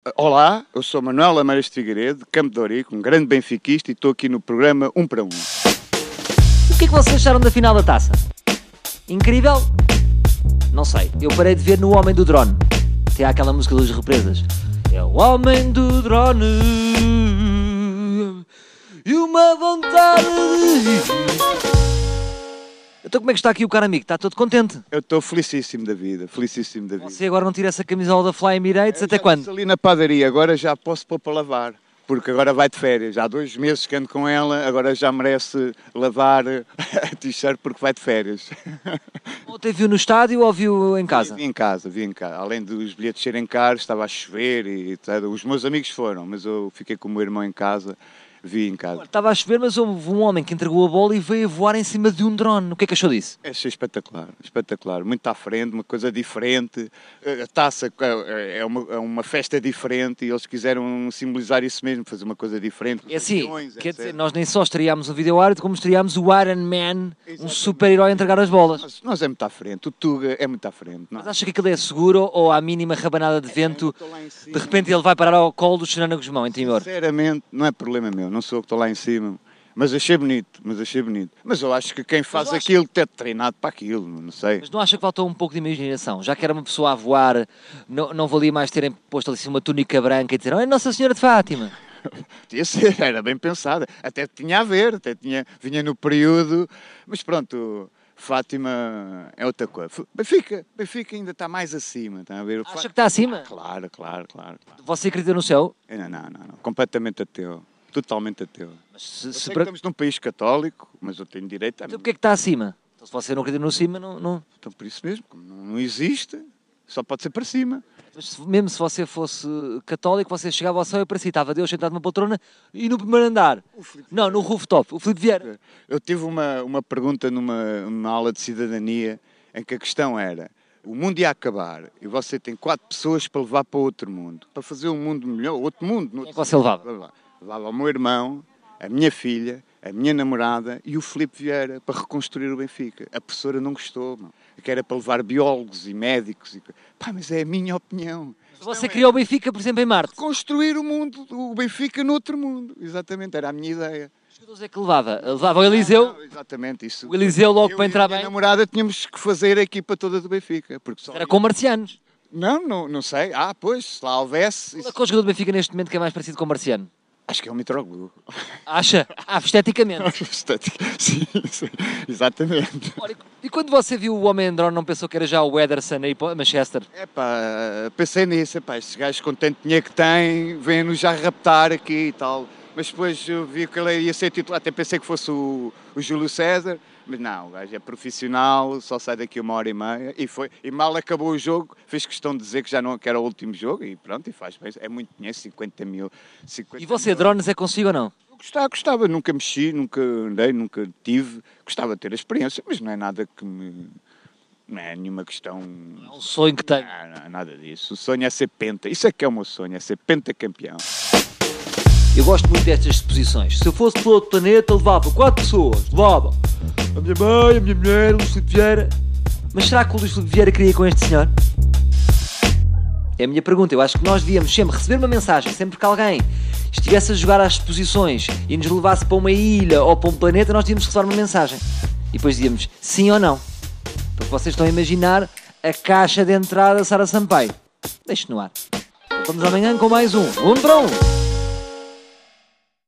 Olá, eu sou Manuel Lameiras de Figueiredo, de Campo de Ourique, um grande benfiquista, e estou aqui no programa 1 para 1. O que é que vocês acharam da final da taça? Incrível? Não sei, eu parei de ver no Homem do Drone. Tem aquela música das represas. É o Homem do Drone e uma vontade de viver. Então como é que está aqui o caro amigo? Está todo contente? Eu estou felicíssimo da vida, felicíssimo da vida. Você agora não tira essa camisola da Fly Emirates até quando? Ali na padaria, agora já posso pôr para lavar, porque agora vai de férias. Já há 2 meses que ando com ela, agora já merece lavar a t-shirt porque vai de férias. Ontem viu no estádio ou viu em casa? Vi em casa. Além dos bilhetes serem caros, estava a chover e tudo. Os meus amigos foram, mas eu fiquei com o meu irmão em casa. Vi em casa. Estava a chover, mas houve um homem que entregou a bola e veio a voar em cima de um drone. O que é que achou disso? Achei espetacular, espetacular. Muito à frente, uma coisa diferente. A taça é uma festa diferente e eles quiseram simbolizar isso mesmo, fazer uma coisa diferente. É assim, quer dizer, nós nem só estreámos o vídeo árbitro, como estreámos o Iron Man, um super-herói a entregar as bolas. Nós é muito à frente, o Tuga é muito à frente. Não? Mas acha que aquilo é seguro ou à mínima rabanada de vento, de repente ele vai parar ao colo do Xanana Guzmão em Timor? Sinceramente, não é problema meu. Não sou eu que estou lá em cima, mas achei bonito. Mas eu acho que quem faz aquilo tem treinado para aquilo, não sei. Mas não acha que faltou um pouco de imaginação? Já que era uma pessoa a voar, não valia mais terem posto ali uma túnica branca e dizer, oh, Nossa Senhora de Fátima? Era bem pensada, até tinha a ver, vinha no período, mas pronto, Fátima é outra coisa. Benfica ainda está mais acima, está a ver? Acha que está acima? Claro. Você acredita no céu? Não, completamente ateu. Totalmente ateu. Mas sei que estamos num país católico, mas eu tenho direito a... Então porquê é que está acima? Então se você não acredita no cima, não... Então por isso mesmo, como não existe, só pode ser para cima. Mas mesmo se você fosse católico, você chegava ao céu e para si estava Deus sentado numa poltrona e no primeiro andar. Não, no rooftop, o Filipe Vieira. Eu tive uma pergunta numa aula de cidadania em que a questão era: o mundo ia acabar e você tem 4 pessoas para levar para outro mundo, para fazer um mundo melhor, outro mundo. Quem é que você levava? Levava o meu irmão, a minha filha, a minha namorada e o Filipe Vieira para reconstruir o Benfica. A professora não gostou, que era para levar biólogos e médicos. Mas é a minha opinião. Você criou o Benfica, por exemplo, em Marte? Construir o mundo, o Benfica noutro mundo. Exatamente, era a minha ideia. Os jogadores é que levava? Levava o Eliseu? Não, exatamente isso. O Eliseu logo para entrar bem? A namorada tínhamos que fazer a equipa toda do Benfica. Porque era com marcianos? Não sei. Pois, se lá houvesse... Qual é que é o jogador do Benfica neste momento que é mais parecido com o marciano? Acho que é o Mitroglou. Acha? Esteticamente. Sim, exatamente. Olha, e quando você viu o Homem Drone, não pensou que era já o Ederson aí para Manchester? Pensei nisso. Estes gajos com tanto dinheiro que têm, vêm-nos já raptar aqui e tal. Mas depois eu vi que ele ia ser titular, até pensei que fosse o Júlio César. Mas não, o gajo é profissional, só sai daqui 1h30 e mal acabou o jogo, fez questão de dizer que que era o último jogo e pronto, e faz bem, é muito dinheiro, 50 mil. E você, drones é consigo ou não? Gostava, nunca mexi, nunca andei, nunca tive, gostava de ter a experiência, mas não é nada que não é nenhuma questão... É um sonho que tenho. Não, nada disso, o sonho é ser penta, isso é que é o meu sonho, é ser pentacampeão. Eu gosto muito destas exposições. Se eu fosse para outro planeta, levava 4 pessoas, levava a minha mãe, a minha mulher, o Luís Filipe Vieira. Mas será que o Luís Filipe Vieira queria ir com este senhor? É a minha pergunta. Eu acho que nós devíamos sempre receber uma mensagem, sempre que alguém estivesse a jogar às exposições e nos levasse para uma ilha ou para um planeta, nós devíamos receber uma mensagem. E depois dizíamos sim ou não. Porque vocês estão a imaginar a caixa de entrada Sara Sampaio. Deixe no ar. Voltamos amanhã com mais um para 1.